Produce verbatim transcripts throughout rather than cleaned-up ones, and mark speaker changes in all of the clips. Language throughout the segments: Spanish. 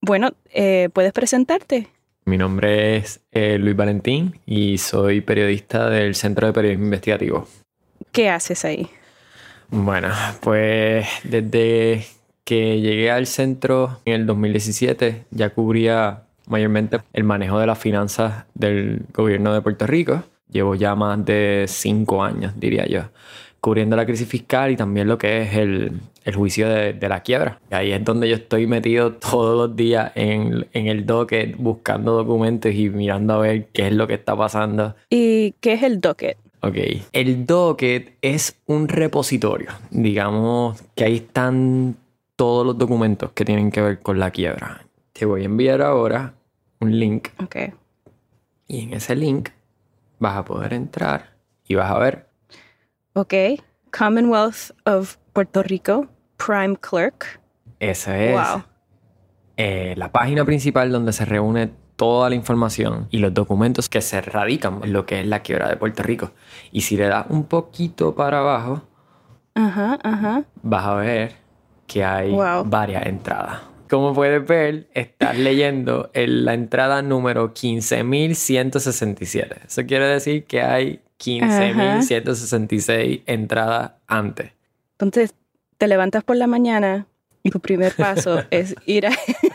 Speaker 1: Bueno, eh, ¿puedes presentarte?
Speaker 2: Mi nombre es eh, Luis Valentín y soy periodista del Centro de Periodismo Investigativo.
Speaker 1: ¿Qué haces ahí?
Speaker 2: Bueno, pues desde que llegué al centro en el dos mil diecisiete ya cubría mayormente el manejo de las finanzas del gobierno de Puerto Rico. Llevo ya más de cinco años, diría yo, cubriendo la crisis fiscal y también lo que es el, el juicio de, de la quiebra. Y ahí es donde yo estoy metido todos los días en, en el docket, buscando documentos y mirando a ver qué es lo que está pasando.
Speaker 1: ¿Y qué es el docket?
Speaker 2: Ok, el docket es un repositorio. Digamos que ahí están todos los documentos que tienen que ver con la quiebra. Te voy a enviar ahora un link.
Speaker 1: Ok.
Speaker 2: Y en ese link vas a poder entrar y vas a ver.
Speaker 1: Ok. Commonwealth of Puerto Rico, Prime Clerk.
Speaker 2: Esa es
Speaker 1: Wow.
Speaker 2: eh, la página principal donde se reúne toda la información y los documentos que se radican en lo que es la quiebra de Puerto Rico. Y si le das un poquito para abajo,
Speaker 1: Ajá, ajá.
Speaker 2: vas a ver que hay
Speaker 1: Wow.
Speaker 2: varias entradas. Como puedes ver, estás leyendo en la entrada número quince mil ciento sesenta y siete. Eso quiere decir que hay quince mil ciento sesenta y seis entradas antes.
Speaker 1: Entonces, te levantas por la mañana y tu primer paso es ir a,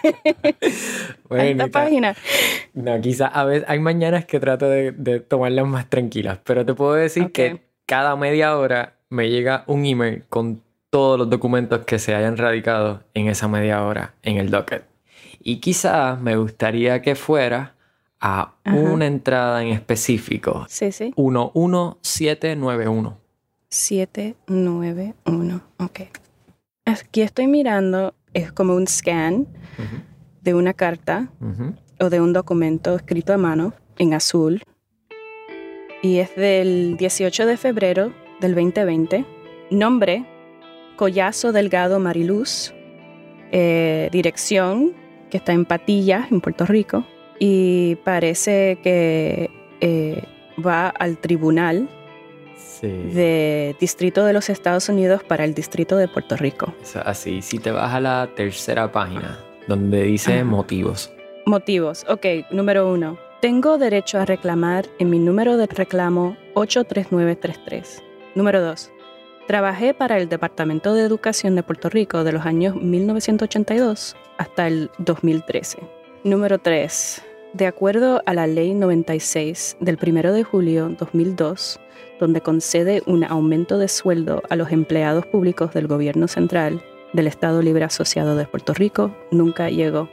Speaker 2: Bueno,
Speaker 1: a esta página.
Speaker 2: No, quizás a veces hay mañanas que trato de, de tomarlas más tranquilas, pero te puedo decir
Speaker 1: Ok.
Speaker 2: que cada media hora me llega un email con todos los documentos que se hayan radicado en esa media hora en el docket. Y quizás me gustaría que fuera a
Speaker 1: Ajá.
Speaker 2: una entrada en específico.
Speaker 1: Sí, sí.
Speaker 2: uno uno siete nueve uno.
Speaker 1: siete nueve uno. Ok. Aquí estoy mirando, es como un scan
Speaker 2: Uh-huh.
Speaker 1: de una carta
Speaker 2: Uh-huh.
Speaker 1: o de un documento escrito a mano en azul. Y es del dieciocho de febrero del veinte veinte. Nombre, Collazo Delgado Mariluz. Eh, dirección, que está en Patillas, en Puerto Rico. Y parece que eh, va al tribunal
Speaker 2: Sí.
Speaker 1: de Distrito de los Estados Unidos para el Distrito de Puerto Rico.
Speaker 2: Eso, así, si te vas a la tercera página, donde dice
Speaker 1: Ajá.
Speaker 2: motivos.
Speaker 1: Motivos. Ok, número uno. Tengo derecho a reclamar en mi número de reclamo ocho tres nueve tres tres. Número dos. Trabajé para el Departamento de Educación de Puerto Rico de los años mil novecientos ochenta y dos hasta el dos mil trece. Número tres. De acuerdo a la Ley noventa y seis del primero de julio dos mil dos, donde concede un aumento de sueldo a los empleados públicos del Gobierno Central del Estado Libre Asociado de Puerto Rico, nunca llegó.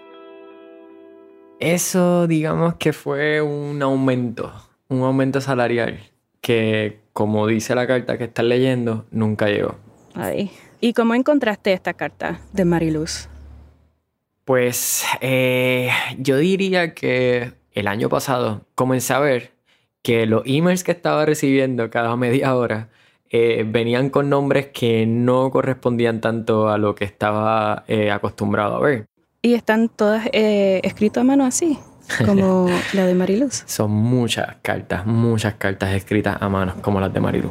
Speaker 2: Eso, digamos que fue un aumento, un aumento salarial que, como dice la carta que estás leyendo, nunca llegó.
Speaker 1: Ay. ¿Y cómo encontraste esta carta de Mariluz?
Speaker 2: Pues eh, yo diría que el año pasado comencé a ver que los emails que estaba recibiendo cada media hora eh, venían con nombres que no correspondían tanto a lo que estaba eh, acostumbrado a ver.
Speaker 1: Y están todas eh, escritas a mano así, como la de Mariluz.
Speaker 2: Son muchas cartas, muchas cartas escritas a mano, como las de Mariluz.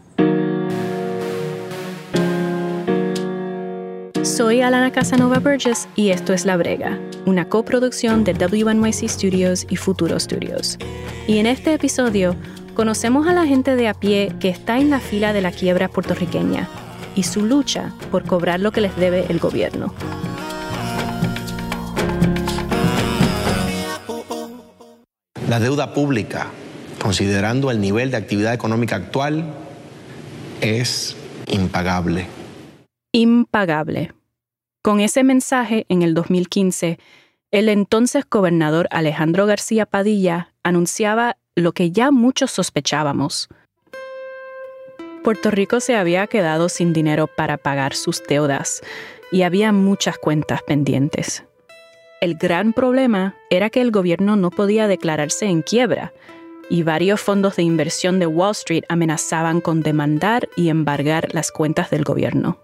Speaker 1: Soy Alana Casanova Burgess y esto es La Brega, una coproducción de W N Y C Studios y Futuro Studios. Y en este episodio conocemos a la gente de a pie que está en la fila de la quiebra puertorriqueña y su lucha por cobrar lo que les debe el gobierno.
Speaker 3: La deuda pública, considerando el nivel de actividad económica actual, es impagable.
Speaker 1: Impagable. Con ese mensaje, en el dos mil quince, el entonces gobernador Alejandro García Padilla anunciaba lo que ya muchos sospechábamos. Puerto Rico se había quedado sin dinero para pagar sus deudas y había muchas cuentas pendientes. El gran problema era que el gobierno no podía declararse en quiebra y varios fondos de inversión de Wall Street amenazaban con demandar y embargar las cuentas del gobierno.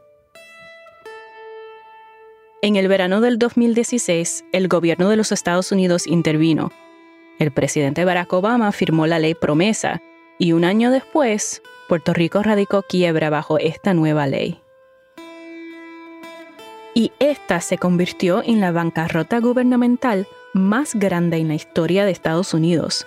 Speaker 1: En el verano del dos mil dieciséis, el gobierno de los Estados Unidos intervino. El presidente Barack Obama firmó la ley Promesa y un año después, Puerto Rico radicó quiebra bajo esta nueva ley. y esta se convirtió en la bancarrota gubernamental más grande en la historia de Estados Unidos.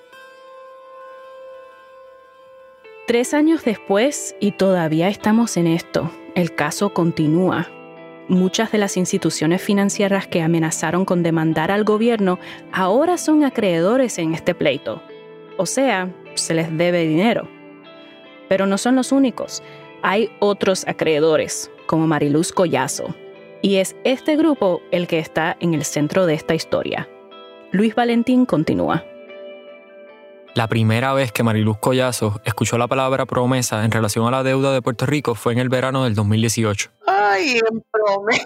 Speaker 1: Tres años después, y todavía estamos en esto, el caso continúa. Muchas de las instituciones financieras que amenazaron con demandar al gobierno ahora son acreedores en este pleito. O sea, se les debe dinero. Pero no son los únicos. Hay otros acreedores, como Mariluz Collazo. Y es este grupo el que está en el centro de esta historia. Luis Valentín continúa.
Speaker 2: La primera vez que Mariluz Collazo escuchó la palabra promesa en relación a la deuda de Puerto Rico fue en el verano del dos mil dieciocho.
Speaker 4: Ay, en promesa.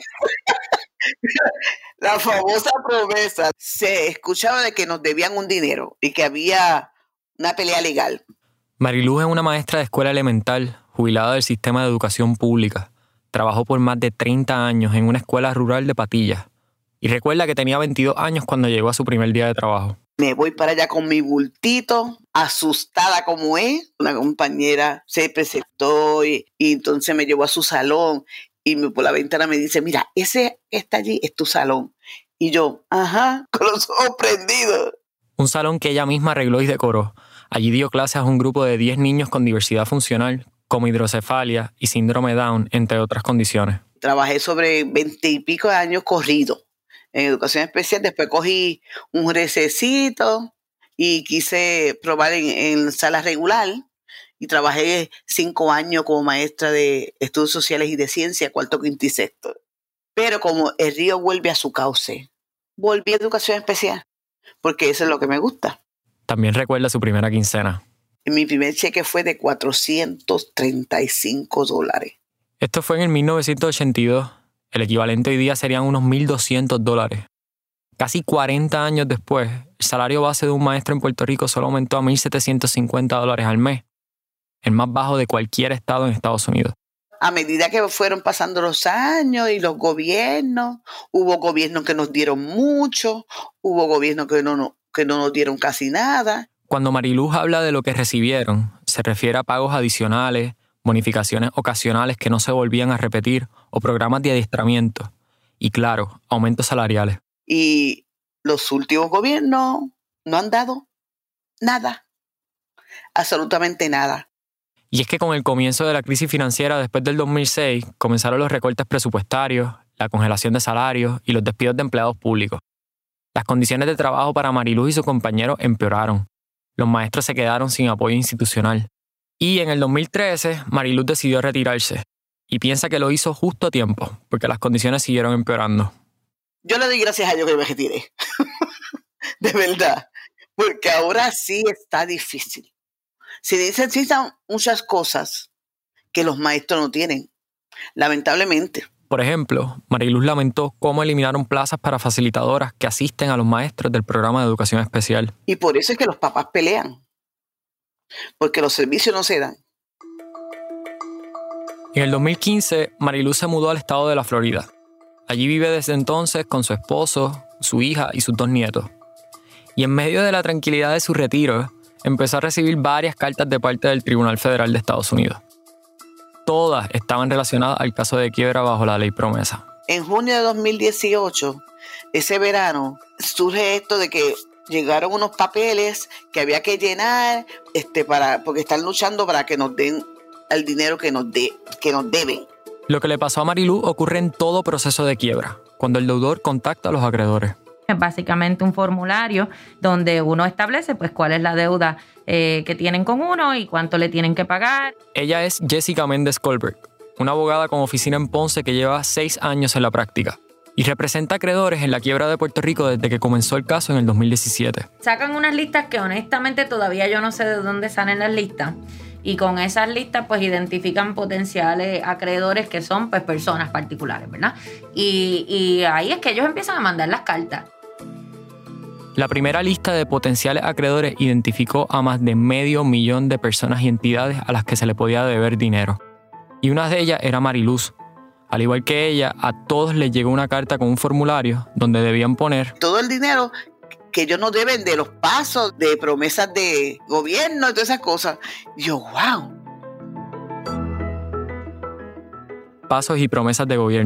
Speaker 4: La famosa promesa. Se escuchaba de que nos debían un dinero y que había una pelea legal.
Speaker 2: Mariluz es una maestra de escuela elemental, jubilada del sistema de educación pública. Trabajó por más de treinta años en una escuela rural de Patillas. Y recuerda que tenía veintidós años cuando llegó a su primer día de trabajo.
Speaker 4: Me voy para allá con mi bultito, asustada como es. Una compañera se presentó y, y entonces me llevó a su salón y me, por la ventana me dice, mira, ese que está allí es tu salón. Y yo, ajá, con los ojos prendidos.
Speaker 2: Un salón que ella misma arregló y decoró. Allí dio clases a un grupo de diez niños con diversidad funcional, como hidrocefalia y síndrome Down, entre otras condiciones.
Speaker 4: Trabajé sobre veinte y pico de años corrido en educación especial. Después cogí un recesito y quise probar en, en sala regular y trabajé cinco años como maestra de estudios sociales y de ciencia, cuarto, quinto y sexto. Pero como el río vuelve a su cauce, volví a educación especial porque eso es lo que me gusta.
Speaker 2: También recuerda su primera quincena.
Speaker 4: Mi primer cheque fue de cuatrocientos treinta y cinco dólares.
Speaker 2: Esto fue en el mil novecientos ochenta y dos. El equivalente hoy día serían unos mil doscientos dólares. Casi cuarenta años después, el salario base de un maestro en Puerto Rico solo aumentó a mil setecientos cincuenta dólares al mes, el más bajo de cualquier estado en Estados Unidos.
Speaker 4: A medida que fueron pasando los años y los gobiernos, hubo gobiernos que nos dieron mucho, hubo gobiernos que no, no, que no nos dieron casi nada.
Speaker 2: Cuando Mariluz habla de lo que recibieron, se refiere a pagos adicionales, bonificaciones ocasionales que no se volvían a repetir o programas de adiestramiento. Y claro, aumentos salariales.
Speaker 4: Y los últimos gobiernos no han dado nada. Absolutamente nada.
Speaker 2: Y es que con el comienzo de la crisis financiera después del dos mil seis, comenzaron los recortes presupuestarios, la congelación de salarios y los despidos de empleados públicos. Las condiciones de trabajo para Mariluz y sus compañeros empeoraron. Los maestros se quedaron sin apoyo institucional. Y en el dos mil trece, Mariluz decidió retirarse. Y piensa que lo hizo justo a tiempo, porque las condiciones siguieron empeorando.
Speaker 4: Yo le doy gracias a Dios que me retiré. De verdad. Porque ahora sí está difícil. Se necesitan muchas cosas que los maestros no tienen, lamentablemente.
Speaker 2: Por ejemplo, Mariluz lamentó cómo eliminaron plazas para facilitadoras que asisten a los maestros del programa de educación especial.
Speaker 4: Y por eso es que los papás pelean, porque los servicios no se dan.
Speaker 2: En el dos mil quince, Mariluz se mudó al estado de la Florida. Allí vive desde entonces con su esposo, su hija y sus dos nietos. Y en medio de la tranquilidad de su retiro, empezó a recibir varias cartas de parte del Tribunal Federal de Estados Unidos. Todas estaban relacionadas al caso de quiebra bajo la ley promesa.
Speaker 4: En junio de dos mil dieciocho, ese verano, surge esto de que llegaron unos papeles que había que llenar este, para, porque están luchando para que nos den el dinero que nos, de, que nos deben.
Speaker 2: Lo que le pasó a Mariluz ocurre en todo proceso de quiebra, cuando el deudor contacta a los acreedores.
Speaker 5: Es básicamente un formulario donde uno establece pues cuál es la deuda eh, que tienen con uno y cuánto le tienen que pagar.
Speaker 2: Ella es Jessica Méndez Colbert, una abogada con oficina en Ponce que lleva seis años en la práctica y representa acreedores en la quiebra de Puerto Rico desde que comenzó el caso en el dos mil diecisiete.
Speaker 5: Sacan unas listas que honestamente todavía yo no sé de dónde salen las listas. Y con esas listas pues identifican potenciales acreedores que son pues personas particulares, ¿verdad? Y, y ahí es que ellos empiezan a mandar las cartas.
Speaker 2: La primera lista de potenciales acreedores identificó a más de medio millón de personas y entidades a las que se le podía deber dinero. Y una de ellas era Mariluz. Al igual que ella, a todos les llegó una carta con un formulario donde debían poner
Speaker 4: todo el dinero que ellos nos deben de los pasos, de promesas de gobierno y todas esas cosas. Yo, wow.
Speaker 2: pasos y promesas de gobierno.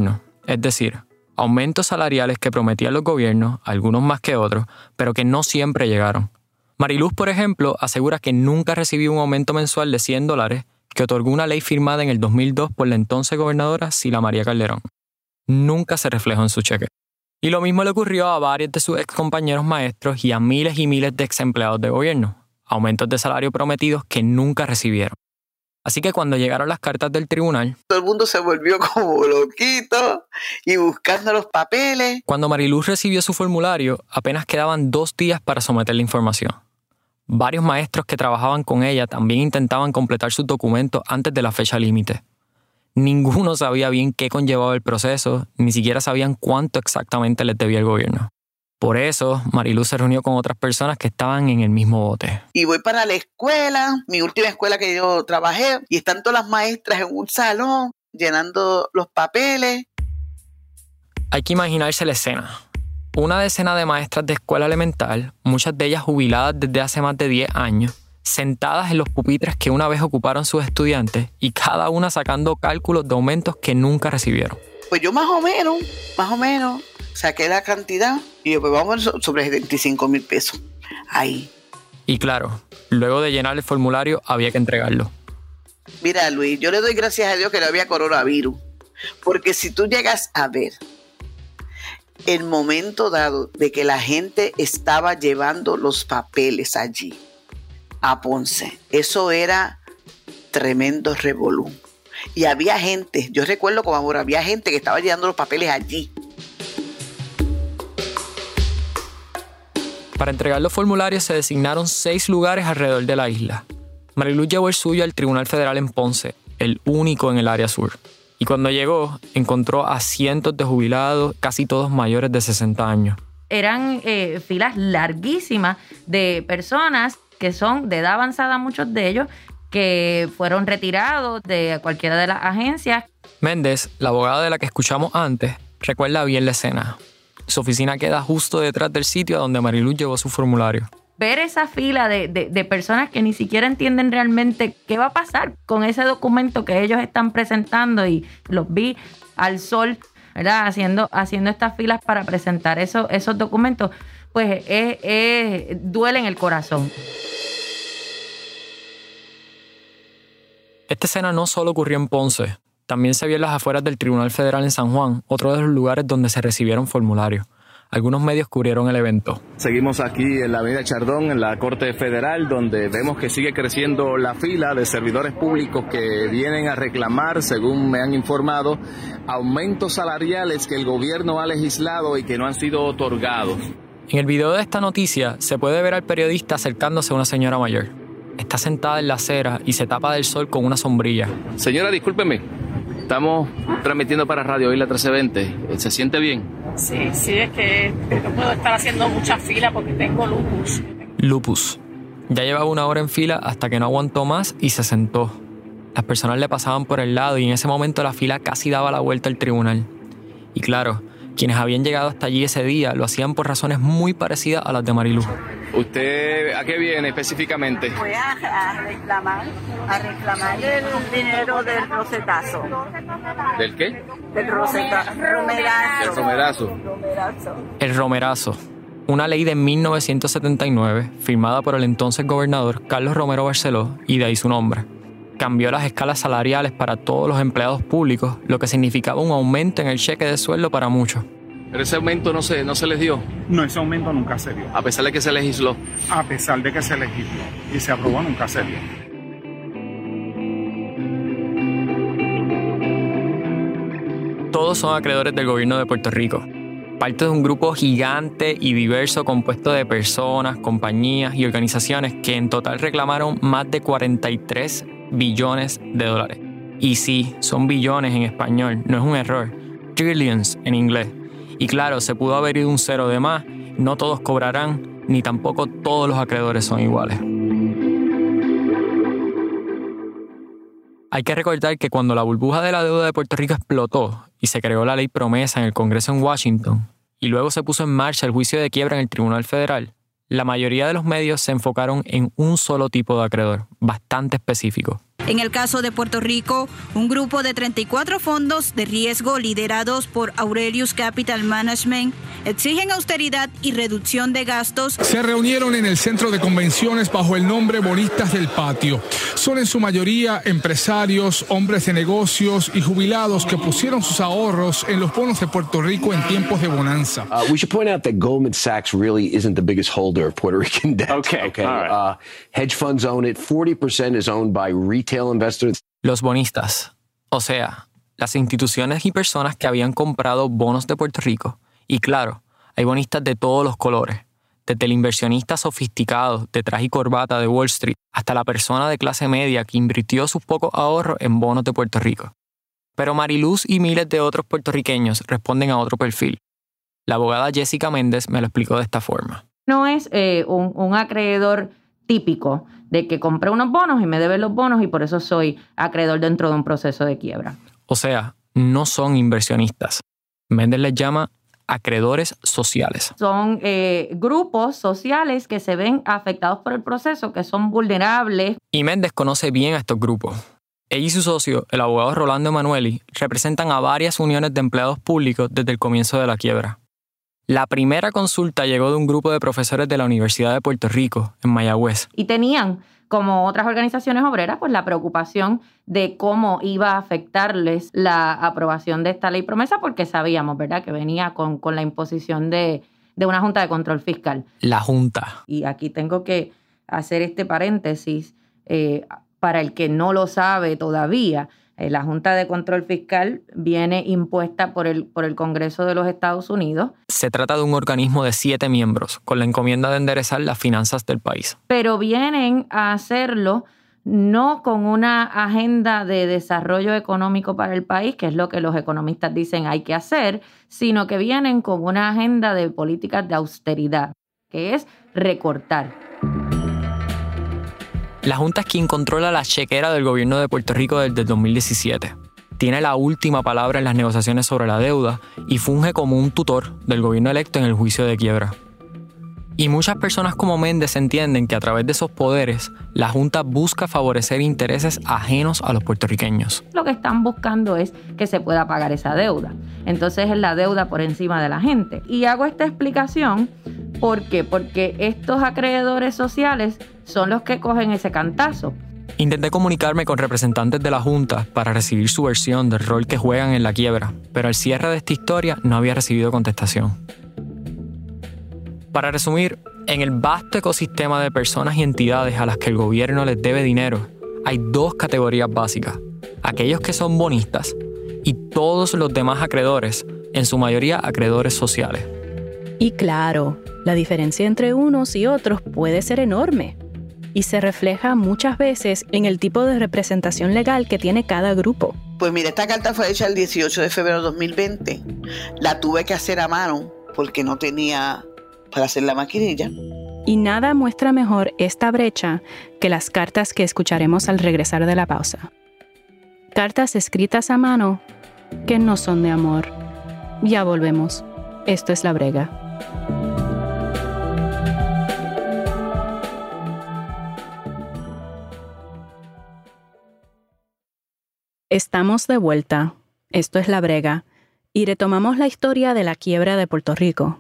Speaker 2: Es decir, aumentos salariales que prometían los gobiernos, algunos más que otros, pero que no siempre llegaron. Mariluz, por ejemplo, asegura que nunca recibió un aumento mensual de cien dólares que otorgó una ley firmada en el dos mil dos por la entonces gobernadora Sila María Calderón. Nunca se reflejó en su cheque. Y lo mismo le ocurrió a varios de sus excompañeros maestros y a miles y miles de exempleados de gobierno, aumentos de salario prometidos que nunca recibieron. Así que cuando llegaron las cartas del tribunal,
Speaker 4: todo el mundo se volvió como loquito y buscando los papeles.
Speaker 2: Cuando Mariluz recibió su formulario, apenas quedaban dos días para someter la información. Varios maestros que trabajaban con ella también intentaban completar sus documentos antes de la fecha límite. Ninguno sabía bien qué conllevaba el proceso, ni siquiera sabían cuánto exactamente les debía el gobierno. Por eso, Mariluz se reunió con otras personas que estaban en el mismo bote.
Speaker 4: Y voy para la escuela, mi última escuela que yo trabajé, y están todas las maestras en un salón llenando los papeles.
Speaker 2: Hay que imaginarse la escena. Una decena de maestras de escuela elemental, muchas de ellas jubiladas desde hace más de diez años, sentadas en los pupitres que una vez ocuparon sus estudiantes y cada una sacando cálculos de aumentos que nunca recibieron.
Speaker 4: Pues yo más o menos, más o menos, saqué la cantidad y yo pues vamos sobre setenta y cinco mil pesos. Ahí.
Speaker 2: Y claro, luego de llenar el formulario había que entregarlo.
Speaker 4: Mira, Luis, yo le doy gracias a Dios que no había coronavirus. Porque si tú llegas a ver el momento dado de que la gente estaba llevando los papeles allí a Ponce, eso era tremendo revolú. Y había gente, yo recuerdo como ahora, había gente que estaba llevando los papeles allí.
Speaker 2: Para entregar los formularios se designaron seis lugares alrededor de la isla. Mariluz llevó el suyo al Tribunal Federal en Ponce, el único en el área sur. Y cuando llegó, encontró a cientos de jubilados, casi todos mayores de sesenta años.
Speaker 5: Eran eh, filas larguísimas de personas que son de edad avanzada, muchos de ellos, que fueron retirados de cualquiera de las agencias.
Speaker 2: Méndez, la abogada de la que escuchamos antes, recuerda bien la escena. Su oficina queda justo detrás del sitio a donde Mariluz llevó su formulario.
Speaker 5: Ver esa fila de, de, de personas que ni siquiera entienden realmente qué va a pasar con ese documento que ellos están presentando, y los vi al sol, ¿verdad? Haciendo, haciendo estas filas para presentar eso, esos documentos, pues es, es, duele en el corazón.
Speaker 2: Esta escena no solo ocurrió en Ponce, también se vio en las afueras del Tribunal Federal en San Juan, otro de los lugares donde se recibieron formularios. Algunos medios cubrieron el evento.
Speaker 6: Seguimos aquí en la avenida Chardón, en la Corte Federal, donde vemos que sigue creciendo la fila de servidores públicos que vienen a reclamar, según me han informado, aumentos salariales que el gobierno ha legislado y que no han sido otorgados.
Speaker 2: En el video de esta noticia se puede ver al periodista acercándose a una señora mayor. Está sentada en la acera y se tapa del sol con una sombrilla.
Speaker 6: Señora, discúlpeme. Estamos transmitiendo para Radio Isla trece veinte. ¿Se siente bien?
Speaker 7: Sí, sí, es que no puedo estar haciendo mucha fila porque tengo lupus.
Speaker 2: Lupus. Ya llevaba una hora en fila hasta que no aguantó más y se sentó. Las personas le pasaban por el lado y en ese momento la fila casi daba la vuelta al tribunal. Y claro, quienes habían llegado hasta allí ese día lo hacían por razones muy parecidas a las de Mariluz.
Speaker 6: ¿Usted a qué viene específicamente?
Speaker 8: Voy a, a reclamar, a reclamar el dinero del rosetazo.
Speaker 6: ¿Del qué?
Speaker 8: Del rosetazo. Romerazo.
Speaker 6: Del romerazo.
Speaker 8: Romerazo.
Speaker 2: El romerazo, una ley de mil novecientos setenta y nueve firmada por el entonces gobernador Carlos Romero Barceló, y de ahí su nombre. Cambió las escalas salariales para todos los empleados públicos, lo que significaba un aumento en el cheque de sueldo para muchos.
Speaker 6: ¿Pero ese aumento no se, no se les dio?
Speaker 9: No, ese aumento nunca se dio.
Speaker 6: A pesar de que se legisló.
Speaker 9: A pesar de que se legisló y se aprobó, nunca se dio.
Speaker 2: Todos son acreedores del gobierno de Puerto Rico. Parte de un grupo gigante y diverso compuesto de personas, compañías y organizaciones que en total reclamaron más de cuarenta y tres billones de dólares. Y sí, son billones en español, no es un error. Trillions en inglés. Y claro, se pudo haber ido un cero de más, no todos cobrarán, ni tampoco todos los acreedores son iguales. Hay que recordar que cuando la burbuja de la deuda de Puerto Rico explotó y se creó la ley promesa en el Congreso en Washington, y luego se puso en marcha el juicio de quiebra en el Tribunal Federal, la mayoría de los medios se enfocaron en un solo tipo de acreedor, bastante específico.
Speaker 10: En el caso de Puerto Rico, un grupo de treinta y cuatro fondos de riesgo liderados por Aurelius Capital Management exigen austeridad y reducción de gastos.
Speaker 11: Se reunieron en el centro de convenciones bajo el nombre Bonistas del Patio. Son en su mayoría empresarios, hombres de negocios y jubilados que pusieron sus ahorros en los bonos de Puerto Rico en tiempos de bonanza.
Speaker 12: Uh, we should point out that Goldman Sachs really isn't the biggest holder of Puerto Rican debt. Okay, okay. All right. Uh, hedge funds own it. forty percent is owned by retail investors.
Speaker 2: Los bonistas, o sea, las instituciones y personas que habían comprado bonos de Puerto Rico. Y claro, hay bonistas de todos los colores, desde el inversionista sofisticado de traje y corbata de Wall Street hasta la persona de clase media que invirtió sus pocos ahorros en bonos de Puerto Rico. Pero Mariluz y miles de otros puertorriqueños responden a otro perfil. La abogada Jessica Méndez me lo explicó de esta forma.
Speaker 5: No es eh, un, un acreedor típico de que compré unos bonos y me deben los bonos y por eso soy acreedor dentro de un proceso de quiebra.
Speaker 2: O sea, no son inversionistas. Méndez les llama acreedores sociales.
Speaker 5: Son eh, grupos sociales que se ven afectados por el proceso, que son vulnerables.
Speaker 2: Y Méndez conoce bien a estos grupos. Ella y su socio, el abogado Rolando Emanueli, representan a varias uniones de empleados públicos desde el comienzo de la quiebra. La primera consulta llegó de un grupo de profesores de la Universidad de Puerto Rico, en Mayagüez.
Speaker 5: Y tenían, como otras organizaciones obreras, pues la preocupación de cómo iba a afectarles la aprobación de esta ley promesa, porque sabíamos, ¿verdad?, que venía con, con la imposición de, de una Junta de Control Fiscal.
Speaker 2: La Junta.
Speaker 5: Y aquí tengo que hacer este paréntesis eh, para el que no lo sabe todavía. La Junta de Control Fiscal viene impuesta por el, por el Congreso de los Estados Unidos.
Speaker 2: Se trata de un organismo de siete miembros con la encomienda de enderezar las finanzas del país.
Speaker 5: Pero vienen a hacerlo no con una agenda de desarrollo económico para el país, que es lo que los economistas dicen hay que hacer, sino que vienen con una agenda de políticas de austeridad, que es recortar.
Speaker 2: La Junta es quien controla la chequera del gobierno de Puerto Rico desde el dos mil diecisiete. Tiene la última palabra en las negociaciones sobre la deuda y funge como un tutor del gobierno electo en el juicio de quiebra. Y muchas personas como Méndez entienden que a través de esos poderes, la Junta busca favorecer intereses ajenos a los puertorriqueños.
Speaker 5: Lo que están buscando es que se pueda pagar esa deuda. Entonces es la deuda por encima de la gente. Y hago esta explicación, ¿por qué? Porque estos acreedores sociales son los que cogen ese cantazo.
Speaker 2: Intenté comunicarme con representantes de la Junta para recibir su versión del rol que juegan en la quiebra, pero al cierre de esta historia no había recibido contestación. Para resumir, en el vasto ecosistema de personas y entidades a las que el gobierno les debe dinero, hay dos categorías básicas: aquellos que son bonistas y todos los demás acreedores, en su mayoría acreedores sociales.
Speaker 1: Y claro, la diferencia entre unos y otros puede ser enorme y se refleja muchas veces en el tipo de representación legal que tiene cada grupo.
Speaker 4: Pues mira, esta carta fue hecha el dieciocho de febrero de dos mil veinte. La tuve que hacer a mano porque no tenía para hacer la maquinilla.
Speaker 1: Y nada muestra mejor esta brecha que las cartas que escucharemos al regresar de la pausa. Cartas escritas a mano que no son de amor. Ya volvemos. Esto es La Brega. Estamos de vuelta. Esto es La Brega. Y retomamos la historia de la quiebra de Puerto Rico.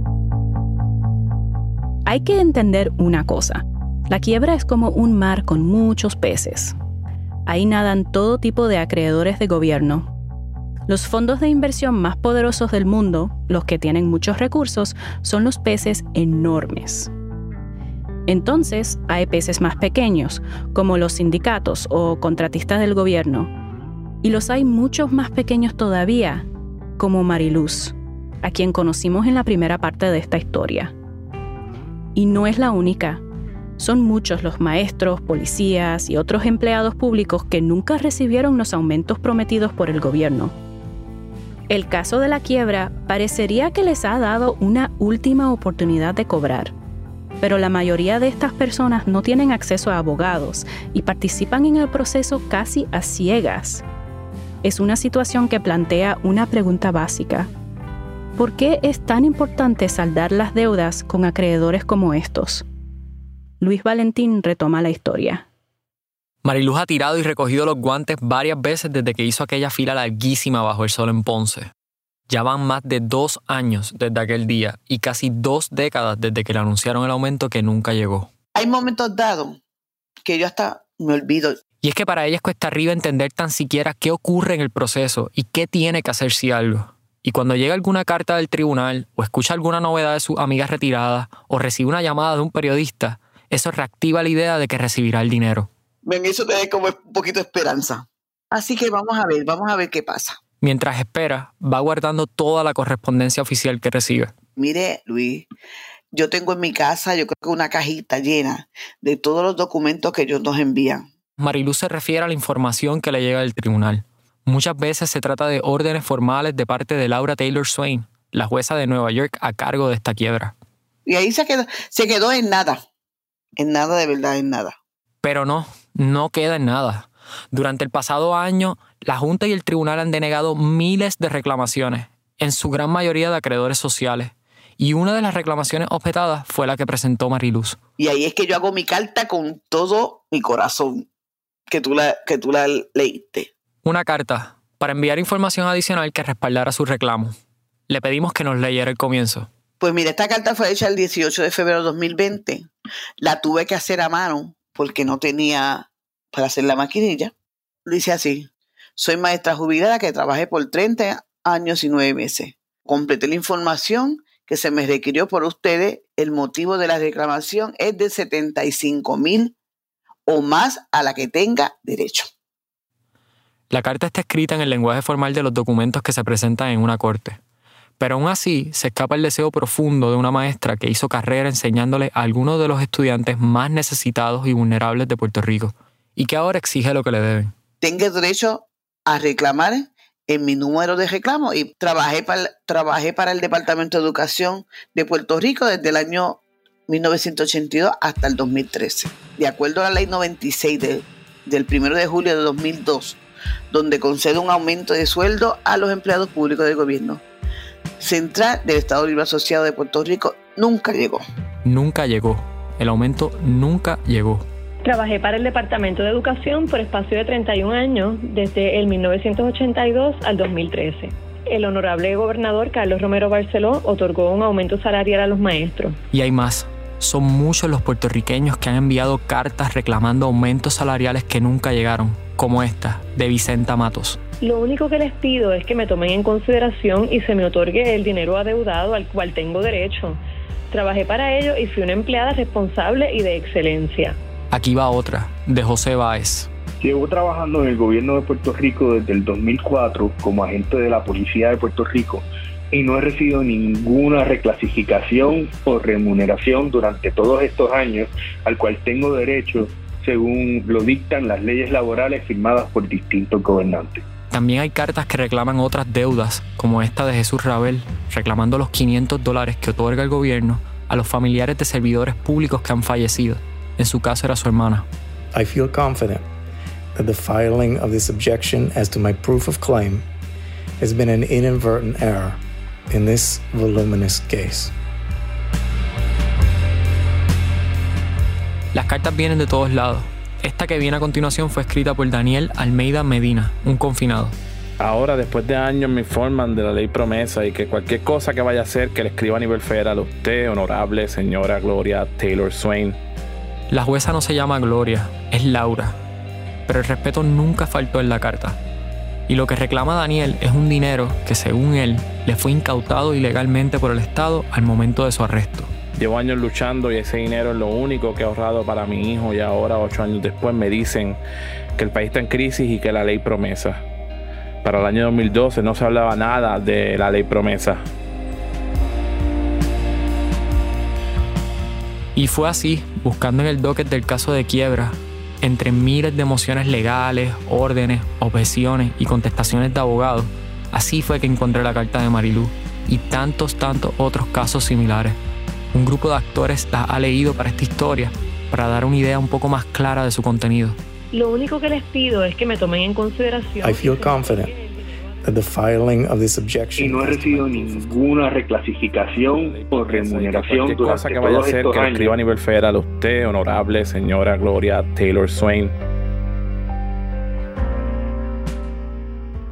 Speaker 1: Hay que entender una cosa. La quiebra es como un mar con muchos peces. Ahí nadan todo tipo de acreedores de gobierno. Los fondos de inversión más poderosos del mundo, los que tienen muchos recursos, son los peces enormes. Entonces, hay peces más pequeños, como los sindicatos o contratistas del gobierno. Y los hay muchos más pequeños todavía, como Mariluz, a quien conocimos en la primera parte de esta historia. Y no es la única. Son muchos los maestros, policías y otros empleados públicos que nunca recibieron los aumentos prometidos por el gobierno. El caso de la quiebra parecería que les ha dado una última oportunidad de cobrar, pero la mayoría de estas personas no tienen acceso a abogados y participan en el proceso casi a ciegas. Es una situación que plantea una pregunta básica. ¿Por qué es tan importante saldar las deudas con acreedores como estos? Luis Valentín retoma la historia.
Speaker 2: Mariluz ha tirado y recogido los guantes varias veces desde que hizo aquella fila larguísima bajo el sol en Ponce. Ya van más de dos años desde aquel día y casi dos décadas desde que le anunciaron el aumento que nunca llegó.
Speaker 4: Hay momentos dados que yo hasta me olvido.
Speaker 2: Y es que para ella es cuesta arriba entender tan siquiera qué ocurre en el proceso y qué tiene que hacer si algo. Y cuando llega alguna carta del tribunal o escucha alguna novedad de sus amigas retiradas o recibe una llamada de un periodista, eso reactiva la idea de que recibirá el dinero.
Speaker 4: Ven, eso te da como un poquito de esperanza. Así que vamos a ver, vamos a ver qué pasa.
Speaker 2: Mientras espera, va guardando toda la correspondencia oficial que recibe.
Speaker 4: Mire, Luis, yo tengo en mi casa, yo creo que una cajita llena de todos los documentos que ellos nos envían.
Speaker 2: Mariluz se refiere a la información que le llega del tribunal. Muchas veces se trata de órdenes formales de parte de Laura Taylor Swain, la jueza de Nueva York a cargo de esta quiebra.
Speaker 4: Y ahí se quedó, se quedó en nada. En nada, de verdad, en nada.
Speaker 2: Pero no, no queda en nada. Durante el pasado año, la Junta y el tribunal han denegado miles de reclamaciones, en su gran mayoría de acreedores sociales. Y una de las reclamaciones objetadas fue la que presentó Mariluz.
Speaker 4: Y ahí es que yo hago mi carta con todo mi corazón, que tú la, que tú la leíste.
Speaker 2: Una carta para enviar información adicional que respaldara su reclamo. Le pedimos que nos leyera el comienzo.
Speaker 4: Pues mira, esta carta fue hecha el dieciocho de febrero de dos mil veinte. La tuve que hacer a mano porque no tenía para hacer la maquinilla. Lo hice así. Soy maestra jubilada que trabajé por treinta años y nueve meses. Completé la información que se me requirió por ustedes. El motivo de la reclamación es de setenta y cinco mil o más a la que tenga derecho.
Speaker 2: La carta está escrita en el lenguaje formal de los documentos que se presentan en una corte. Pero aún así se escapa el deseo profundo de una maestra que hizo carrera enseñándole a algunos de los estudiantes más necesitados y vulnerables de Puerto Rico y que ahora exige lo que le deben.
Speaker 4: Tengo derecho a reclamar en mi número de reclamo y trabajé para, trabajé para el Departamento de Educación de Puerto Rico desde el año mil novecientos ochenta y dos hasta el dos mil trece. De acuerdo a la ley noventa y seis de, del primero de julio de dos mil dos, donde concede un aumento de sueldo a los empleados públicos del gobierno central del Estado Libre Asociado de Puerto Rico, nunca llegó.
Speaker 2: Nunca llegó. El aumento nunca llegó.
Speaker 13: Trabajé para el Departamento de Educación por espacio de treinta y un años, desde el mil novecientos ochenta y dos al dos mil trece. El honorable gobernador Carlos Romero Barceló otorgó un aumento salarial a los maestros.
Speaker 2: Y hay más. Son muchos los puertorriqueños que han enviado cartas reclamando aumentos salariales que nunca llegaron, como esta, de Vicenta Matos.
Speaker 13: Lo único que les pido es que me tomen en consideración y se me otorgue el dinero adeudado al cual tengo derecho. Trabajé para ello y fui una empleada responsable y de excelencia.
Speaker 2: Aquí va otra, de José Báez.
Speaker 14: Llevo trabajando en el gobierno de Puerto Rico desde el dos mil cuatro como agente de la Policía de Puerto Rico y no he recibido ninguna reclasificación o remuneración durante todos estos años al cual tengo derecho según lo dictan las leyes laborales firmadas por distintos gobernantes.
Speaker 2: También hay cartas que reclaman otras deudas, como esta de Jesús Rabel, reclamando los quinientos dólares que otorga el gobierno a los familiares de servidores públicos que han fallecido. En su caso era su hermana.
Speaker 15: I feel confident that the filing of this objection as to my proof of claim has been an inadvertent error in this voluminous case.
Speaker 2: Las cartas vienen de todos lados. Esta que viene a continuación fue escrita por Daniel Almeida Medina, un confinado.
Speaker 6: Ahora, después de años, me informan de la ley promesa y que cualquier cosa que vaya a hacer que le escriba a nivel federal a usted, honorable señora Gloria Taylor Swain.
Speaker 2: La jueza no se llama Gloria, es Laura. Pero el respeto nunca faltó en la carta. Y lo que reclama Daniel es un dinero que, según él, le fue incautado ilegalmente por el Estado al momento de su arresto.
Speaker 6: Llevo años luchando y ese dinero es lo único que he ahorrado para mi hijo y ahora, ocho años después, me dicen que el país está en crisis y que la ley promesa. Para el año dos mil doce no se hablaba nada de la ley promesa.
Speaker 2: Y fue así, buscando en el docket del caso de quiebra, entre miles de mociones legales, órdenes, objeciones y contestaciones de abogados, así fue que encontré la carta de Mariluz y tantos, tantos otros casos similares. Un grupo de actores la ha leído para esta historia, para dar una idea un poco más clara de su contenido.
Speaker 13: Lo único que les pido es que me tomen en consideración.
Speaker 15: I feel confident that the filing of this objection.
Speaker 14: Y no he recibido ninguna reclasificación o remuneración
Speaker 6: durante cosa que vaya a hacer que le escriba a nivel federal a usted, honorable señora Gloria Taylor Swain.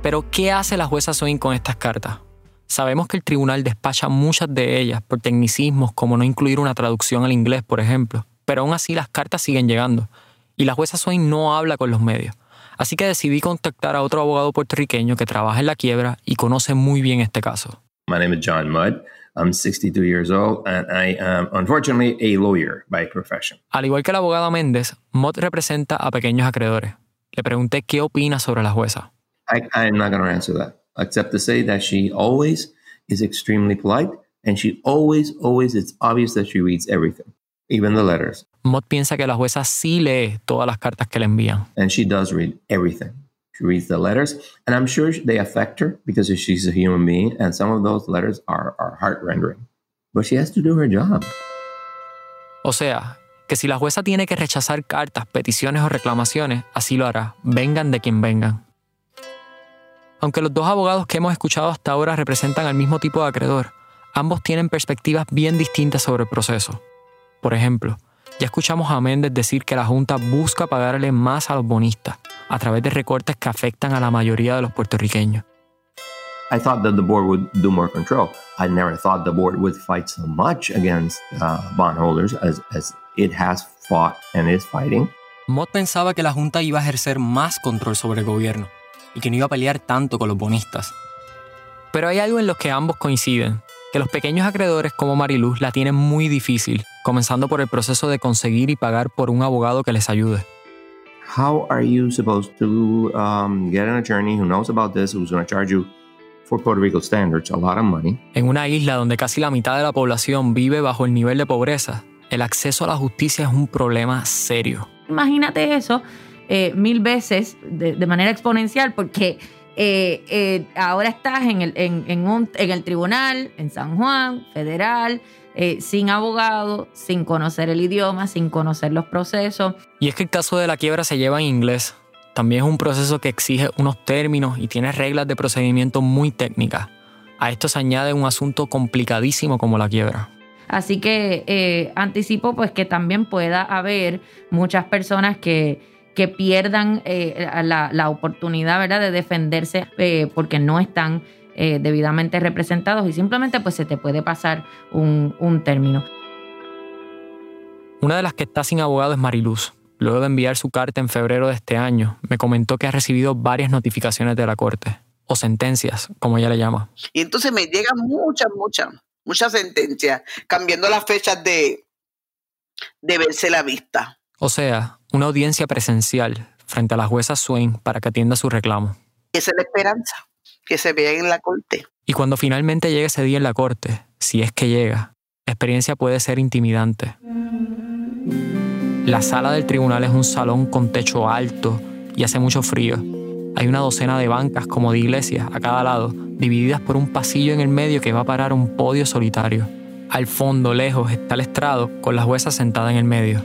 Speaker 2: Pero, ¿qué hace la jueza Swain con estas cartas? Sabemos que el tribunal despacha muchas de ellas por tecnicismos como no incluir una traducción al inglés, por ejemplo. Pero aún así las cartas siguen llegando. Y la jueza Swain no habla con los medios. Así que decidí contactar a otro abogado puertorriqueño que trabaja en la quiebra y conoce muy bien este caso.
Speaker 16: My name is John Mudd. I'm sixty-two years old and I am unfortunately a lawyer by profession.
Speaker 2: Al igual que la abogada Méndez, Mudd representa a pequeños acreedores. Le pregunté qué opina sobre la jueza.
Speaker 16: I, I'm not going to answer that, except to say that she always is extremely polite and she always, always, it's obvious that she reads everything, even the letters.
Speaker 2: Mudd piensa que la jueza sí lee todas las cartas que le envían.
Speaker 16: And she does read everything. She reads the letters, and I'm sure they affect her because she's a human being, and some of those letters are, are heart-rendering. But she has to do her job.
Speaker 2: O sea, que si la jueza tiene que rechazar cartas, peticiones o reclamaciones, así lo hará, vengan de quien vengan. Aunque los dos abogados que hemos escuchado hasta ahora representan al mismo tipo de acreedor, ambos tienen perspectivas bien distintas sobre el proceso. Por ejemplo, ya escuchamos a Méndez decir que la Junta busca pagarle más a los bonistas a través de recortes que afectan a la mayoría de los puertorriqueños.
Speaker 16: I thought that the board would do more control. I never thought the board would fight so much against uh, bondholders as, as it has fought and is fighting.
Speaker 2: Mudd pensaba que la Junta iba a ejercer más control sobre el gobierno y que no iba a pelear tanto con los bonistas. Pero hay algo en lo que ambos coinciden, que los pequeños acreedores como Mariluz la tienen muy difícil, comenzando por el proceso de conseguir y pagar por un abogado que les ayude.
Speaker 16: How are you supposed to um, get an attorney who knows about this, who's going to charge you for Puerto Rico standards a lot of money?
Speaker 2: En una isla donde casi la mitad de la población vive bajo el nivel de pobreza, el acceso a la justicia es un problema serio.
Speaker 5: Imagínate eso eh, mil veces de, de manera exponencial, porque eh, eh, ahora estás en el, en, en, un, en el tribunal, en San Juan, federal, eh, sin abogado, sin conocer el idioma, sin conocer los procesos.
Speaker 2: Y es que el caso de la quiebra se lleva en inglés. También es un proceso que exige unos términos y tiene reglas de procedimiento muy técnicas. A esto se añade un asunto complicadísimo como la quiebra.
Speaker 5: Así que eh, anticipo pues que también pueda haber muchas personas que, que pierdan eh, la, la oportunidad, ¿verdad?, de defenderse eh, porque no están eh, debidamente representados y simplemente pues se te puede pasar un, un término.
Speaker 2: Una de las que está sin abogado es Mariluz. Luego de enviar su carta en febrero de este año, me comentó que ha recibido varias notificaciones de la corte, o sentencias, como ella le llama.
Speaker 4: Y entonces me llegan muchas, muchas, muchas sentencias, cambiando las fechas de, de verse la vista.
Speaker 2: O sea, una audiencia presencial frente a la jueza Swain para que atienda su reclamo.
Speaker 4: Esa es la esperanza, que se vea en la corte.
Speaker 2: Y cuando finalmente llegue ese día en la corte, si es que llega, la experiencia puede ser intimidante. La sala del tribunal es un salón con techo alto y hace mucho frío. Hay una docena de bancas como de iglesias a cada lado, divididas por un pasillo en el medio que va a parar a un podio solitario. Al fondo, lejos, está el estrado con la jueza sentada en el medio.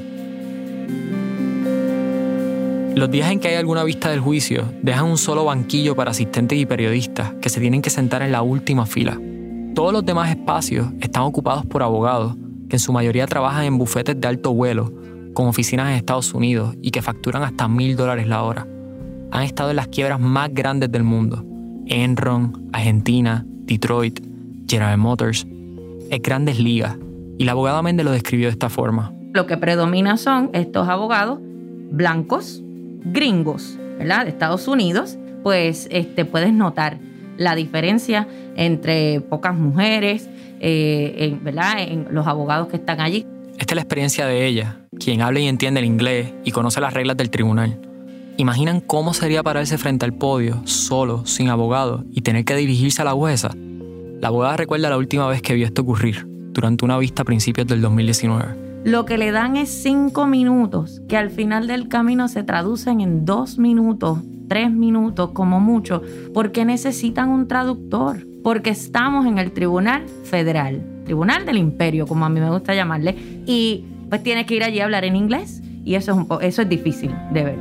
Speaker 2: Los días en que hay alguna vista del juicio, dejan un solo banquillo para asistentes y periodistas que se tienen que sentar en la última fila. Todos los demás espacios están ocupados por abogados que en su mayoría trabajan en bufetes de alto vuelo, con oficinas en Estados Unidos y que facturan hasta mil dólares la hora. Han estado en las quiebras más grandes del mundo. Enron, Argentina, Detroit, General Motors. Es Grandes Ligas. Y la abogada Méndez lo describió de esta forma.
Speaker 5: Lo que predomina son estos abogados blancos, gringos, ¿verdad?, de Estados Unidos. Pues este, puedes notar la diferencia entre pocas mujeres, eh, en, ¿verdad?, en los abogados que están allí.
Speaker 2: Esta es la experiencia de ella, quien habla y entiende el inglés y conoce las reglas del tribunal. ¿Imaginan cómo sería pararse frente al podio, solo, sin abogado, y tener que dirigirse a la jueza? La abogada recuerda la última vez que vio esto ocurrir, durante una vista a principios del dos mil diecinueve.
Speaker 5: Lo que le dan es cinco minutos, que al final del camino se traducen en dos minutos, tres minutos como mucho, porque necesitan un traductor, porque estamos en el Tribunal Federal, Tribunal del Imperio, como a mí me gusta llamarle, y pues tienes que ir allí a hablar en inglés, y eso es, un po- eso es difícil de ver.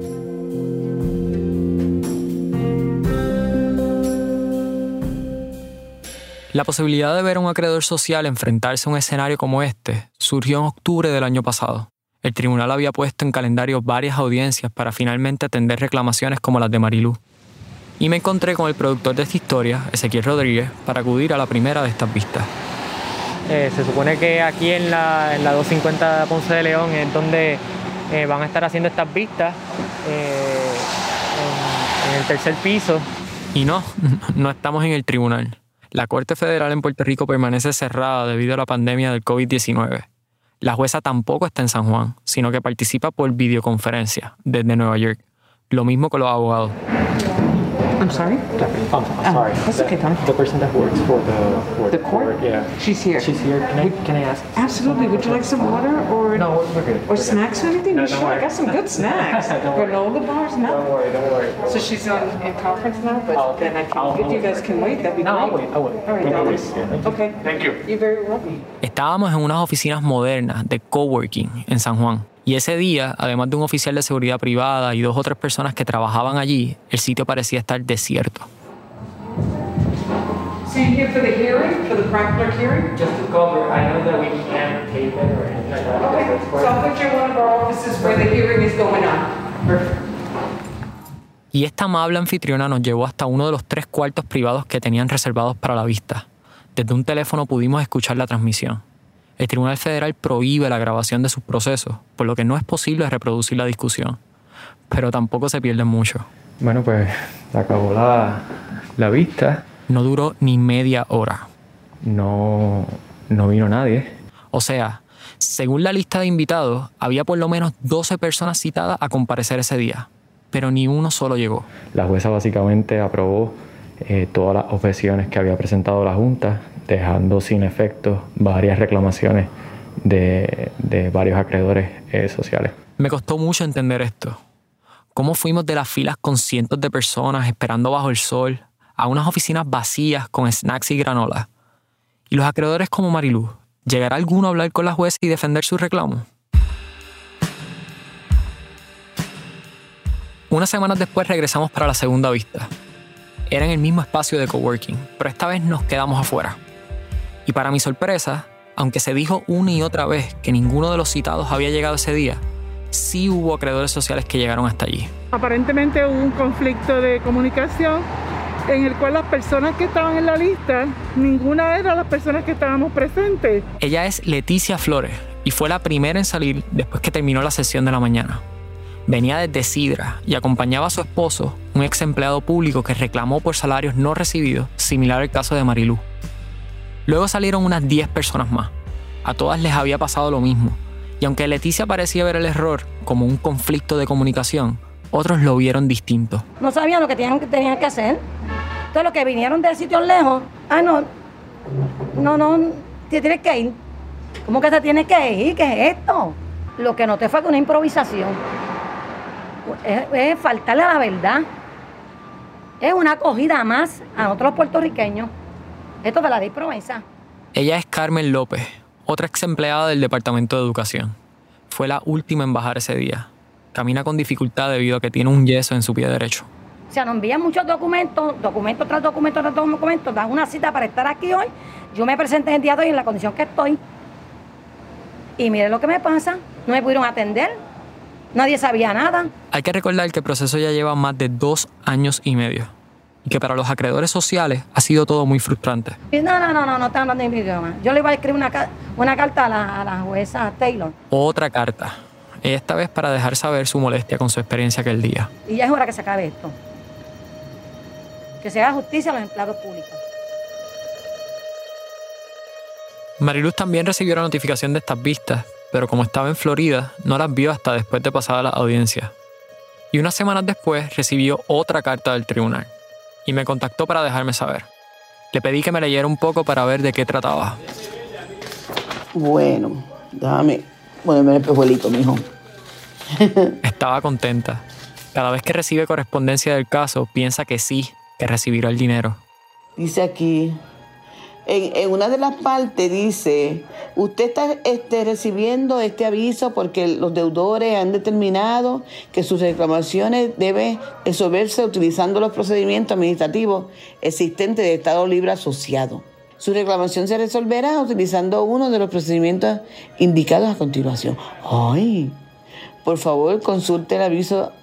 Speaker 2: La posibilidad de ver a un acreedor social enfrentarse a un escenario como este surgió en octubre del año pasado. El tribunal había puesto en calendario varias audiencias para finalmente atender reclamaciones como las de Mariluz. y me encontré con el productor de esta historia, Ezequiel Rodríguez, para acudir a la primera de estas vistas.
Speaker 17: Eh, se supone que aquí en la, en la doscientos cincuenta de Ponce de León es donde eh, van a estar haciendo estas vistas, eh, en, en el tercer piso.
Speaker 2: Y no, no estamos en el tribunal. La Corte Federal en Puerto Rico permanece cerrada debido a la pandemia del covid diecinueve. La jueza tampoco está en San Juan, sino que participa por videoconferencia desde Nueva York. Lo mismo con los abogados.
Speaker 18: I'm sorry?
Speaker 17: I'm, I'm sorry.
Speaker 18: Oh, that's okay, Tom.
Speaker 17: The person that works for the, for
Speaker 18: The court?
Speaker 17: yeah.
Speaker 18: She's here.
Speaker 17: She's here. Can I, can I ask?
Speaker 18: Absolutely. Would you like some water or
Speaker 17: No, we're good.
Speaker 18: or
Speaker 17: We're
Speaker 18: snacks or anything?
Speaker 17: No,
Speaker 18: You
Speaker 17: don't
Speaker 18: sure?
Speaker 17: worry.
Speaker 18: I got some good snacks.
Speaker 17: Don't worry.
Speaker 18: Granola bars, no.
Speaker 17: Don't worry, don't worry.
Speaker 18: So she's on in conference now, but
Speaker 17: I'll-
Speaker 18: then I can.
Speaker 17: I'll-
Speaker 18: if you guys can wait, that'd be
Speaker 17: No, I'll
Speaker 18: great.
Speaker 17: wait, I'll wait.
Speaker 18: All right,
Speaker 17: No
Speaker 18: darling.
Speaker 17: worries.
Speaker 18: Okay.
Speaker 9: Thank you.
Speaker 18: You're very welcome.
Speaker 2: Estábamos en unas oficinas modernas de coworking en San Juan. Y ese día, además de un oficial de seguridad privada y dos o tres personas que trabajaban allí, el sitio parecía estar desierto.
Speaker 18: So you're here for the hearing, for the Crackler hearing?
Speaker 17: Just to cover, I know that we can't tape it or anything like that.
Speaker 18: Okay. So I'll put you in one of our offices where the hearing is going on. Perfect.
Speaker 2: Y esta amable anfitriona nos llevó hasta uno de los tres cuartos privados que tenían reservados para la vista. Desde un teléfono pudimos escuchar la transmisión. El Tribunal Federal prohíbe la grabación de sus procesos, por lo que no es posible reproducir la discusión. Pero tampoco se pierde mucho.
Speaker 17: Bueno, pues se acabó la, la vista.
Speaker 2: No duró ni media hora.
Speaker 17: No, no vino nadie.
Speaker 2: O sea, según la lista de invitados, había por lo menos doce personas citadas a comparecer ese día, pero ni uno solo llegó.
Speaker 17: La jueza básicamente aprobó eh, todas las objeciones que había presentado la Junta, dejando sin efecto varias reclamaciones de, de varios acreedores eh, sociales.
Speaker 2: Me costó mucho entender esto. Cómo fuimos de las filas con cientos de personas esperando bajo el sol a unas oficinas vacías con snacks y granola. Y los acreedores como Mariluz, ¿llegará alguno a hablar con la jueza y defender sus reclamos? Unas semanas después regresamos para la segunda vista. Era en el mismo espacio de coworking, pero esta vez nos quedamos afuera. Y para mi sorpresa, aunque se dijo una y otra vez que ninguno de los citados había llegado ese día, sí hubo acreedores sociales que llegaron hasta allí.
Speaker 19: Aparentemente hubo un conflicto de comunicación en el cual las personas que estaban en la lista, ninguna era las personas que estábamos presentes.
Speaker 2: Ella es Leticia Flores y fue la primera en salir después que terminó la sesión de la mañana. Venía desde Sidra y acompañaba a su esposo, un ex empleado público que reclamó por salarios no recibidos, similar al caso de Mariluz. Luego salieron unas diez personas más. A todas les había pasado lo mismo. Y aunque Leticia parecía ver el error como un conflicto de comunicación, otros lo vieron distinto.
Speaker 20: No sabían lo que tenían, que tenían que hacer. Todos los que vinieron de sitios lejos, ah, no, no, no, te tienes que ir. ¿Cómo que te tienes que ir? ¿Qué es esto? Lo que noté fue que una improvisación. Es, es faltarle a la verdad. Es una acogida más a otros puertorriqueños. Esto de la ley promesa.
Speaker 2: Ella es Carmen López, otra ex empleada del Departamento de Educación. Fue la última en bajar ese día. Camina con dificultad debido a que tiene un yeso en su pie derecho.
Speaker 20: O sea, nos envían muchos documentos, documento tras documento tras documento, dan una cita para estar aquí hoy. Yo me presenté el día de hoy en la condición que estoy. Y mire lo que me pasa, no me pudieron atender, nadie sabía nada.
Speaker 2: Hay que recordar que el proceso ya lleva más de dos años y medio. Y que para los acreedores sociales ha sido todo muy frustrante.
Speaker 20: No, no, no, no, no está hablando en mi idioma. Yo le iba a escribir una, una carta a la, a la jueza Taylor.
Speaker 2: Otra carta. Esta vez para dejar saber su molestia con su experiencia aquel día.
Speaker 20: Y ya es hora que se acabe esto. Que se haga justicia a los empleados públicos.
Speaker 2: Mariluz también recibió la notificación de estas vistas, pero como estaba en Florida, no las vio hasta después de pasada la audiencia. Y unas semanas después recibió otra carta del tribunal. Y me contactó para dejarme saber. Le pedí que me leyera un poco para ver de qué trataba.
Speaker 4: Bueno, déjame ponerme el espejuelito, mijo.
Speaker 2: Estaba contenta. Cada vez que recibe correspondencia del caso, piensa que sí, que recibirá el dinero.
Speaker 4: Dice aquí, en, en una de las partes dice, usted está este, recibiendo este aviso porque los deudores han determinado que sus reclamaciones deben resolverse utilizando los procedimientos administrativos existentes de Estado Libre Asociado. Su reclamación se resolverá utilizando uno de los procedimientos indicados a continuación. ¡Ay! Por favor, consulte el aviso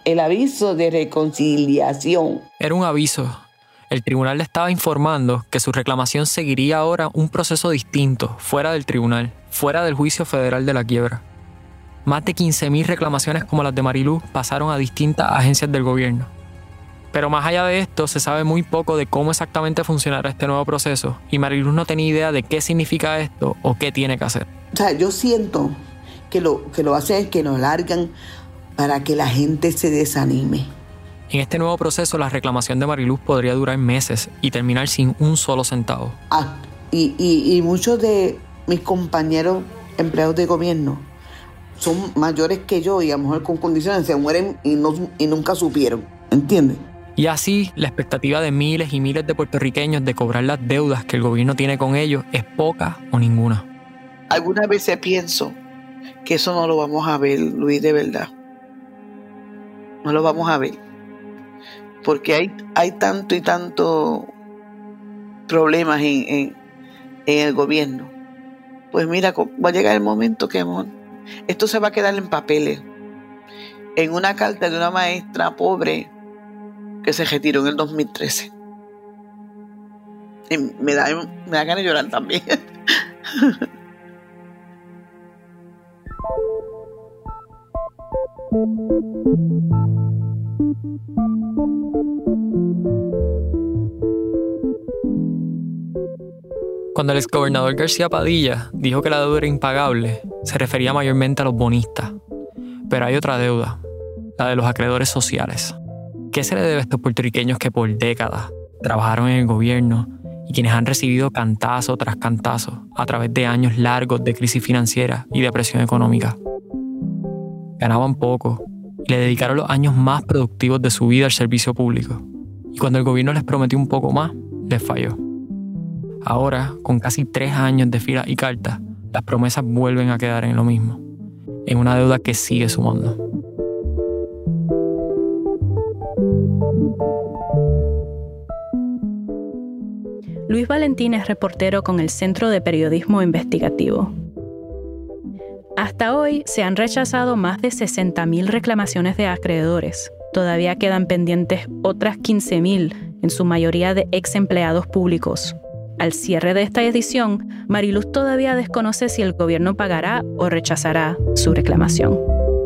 Speaker 21: el aviso de reconciliación.
Speaker 2: Era un aviso. El tribunal le estaba informando que su reclamación seguiría ahora un proceso distinto, fuera del tribunal, fuera del juicio federal de la quiebra. Más de quince mil reclamaciones como las de Mariluz pasaron a distintas agencias del gobierno. Pero más allá de esto, se sabe muy poco de cómo exactamente funcionará este nuevo proceso, y Mariluz no tenía idea de qué significa esto o qué tiene que hacer.
Speaker 21: O sea, yo siento que lo que lo hacen es que nos largan para que la gente se desanime.
Speaker 2: En este nuevo proceso, la reclamación de Mariluz podría durar meses y terminar sin un solo centavo.
Speaker 21: Ah, y, y, y muchos de mis compañeros empleados de gobierno son mayores que yo y a lo mejor con condiciones se mueren y, no, y nunca supieron, ¿entiendes?
Speaker 2: Y así, la expectativa de miles y miles de puertorriqueños de cobrar las deudas que el gobierno tiene con ellos es poca o ninguna.
Speaker 4: Algunas veces pienso que eso no lo vamos a ver, Luis, de verdad. No lo vamos a ver. Porque hay, hay tanto y tanto problemas en, en, en el gobierno. Pues mira, va a llegar el momento que amor, esto se va a quedar en papeles. En una carta de una maestra pobre que se retiró en el dos mil trece. Y me da, me da ganas de llorar también.
Speaker 2: Cuando el exgobernador García Padilla dijo que la deuda era impagable, se refería mayormente a los bonistas. Pero hay otra deuda, la de los acreedores sociales. ¿Qué se le debe a estos puertorriqueños que por décadas trabajaron en el gobierno y quienes han recibido cantazo tras cantazo a través de años largos de crisis financiera y depresión económica? Ganaban poco y le dedicaron los años más productivos de su vida al servicio público. Y cuando el gobierno les prometió un poco más, les falló. Ahora, con casi tres años de filas y cartas, las promesas vuelven a quedar en lo mismo, en una deuda que sigue sumando.
Speaker 1: Luis Valentín es reportero con el Centro de Periodismo Investigativo. Hasta hoy se han rechazado más de sesenta mil reclamaciones de acreedores. Todavía quedan pendientes otras quince mil, en su mayoría de ex empleados públicos. Al cierre de esta edición, Mariluz todavía desconoce si el gobierno pagará o rechazará su reclamación.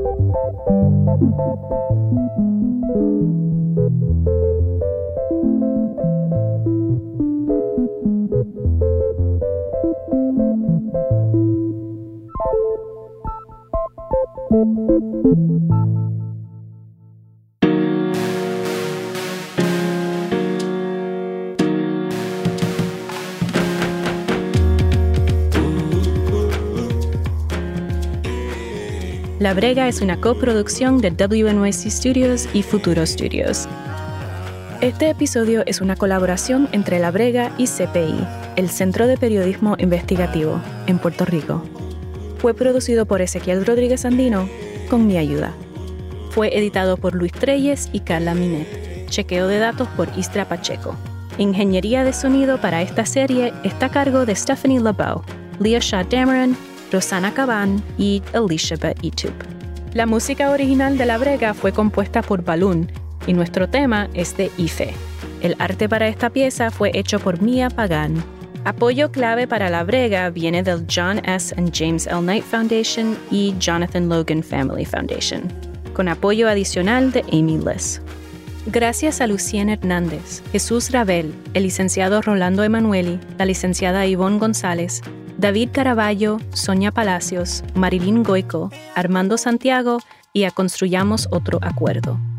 Speaker 1: La Brega es una coproducción de W N Y C Studios y Futuro Studios. Este episodio es una colaboración entre La Brega y C P I, el Centro de Periodismo Investigativo, en Puerto Rico. Fue producido por Ezequiel Rodríguez Andino, con mi ayuda. Fue editado por Luis Treyes y Carla Minet. Chequeo de datos por Istra Pacheco. Ingeniería de sonido para esta serie está a cargo de Stephanie LeBeau, Leah Shaw Dameron, Rosana Caban y Elizabeth Itup. La música original de La Brega fue compuesta por Balloon y nuestro tema es de Ife. El arte para esta pieza fue hecho por Mia Pagan. Apoyo clave para La Brega viene del John S. and James L. Knight Foundation y Jonathan Logan Family Foundation, con apoyo adicional de Amy Liss. Gracias a Lucien Hernández, Jesús Ravel, el licenciado Rolando Emanueli, la licenciada Ivonne González, David Caraballo, Sonia Palacios, Marilyn Goico, Armando Santiago y a Construyamos Otro Acuerdo.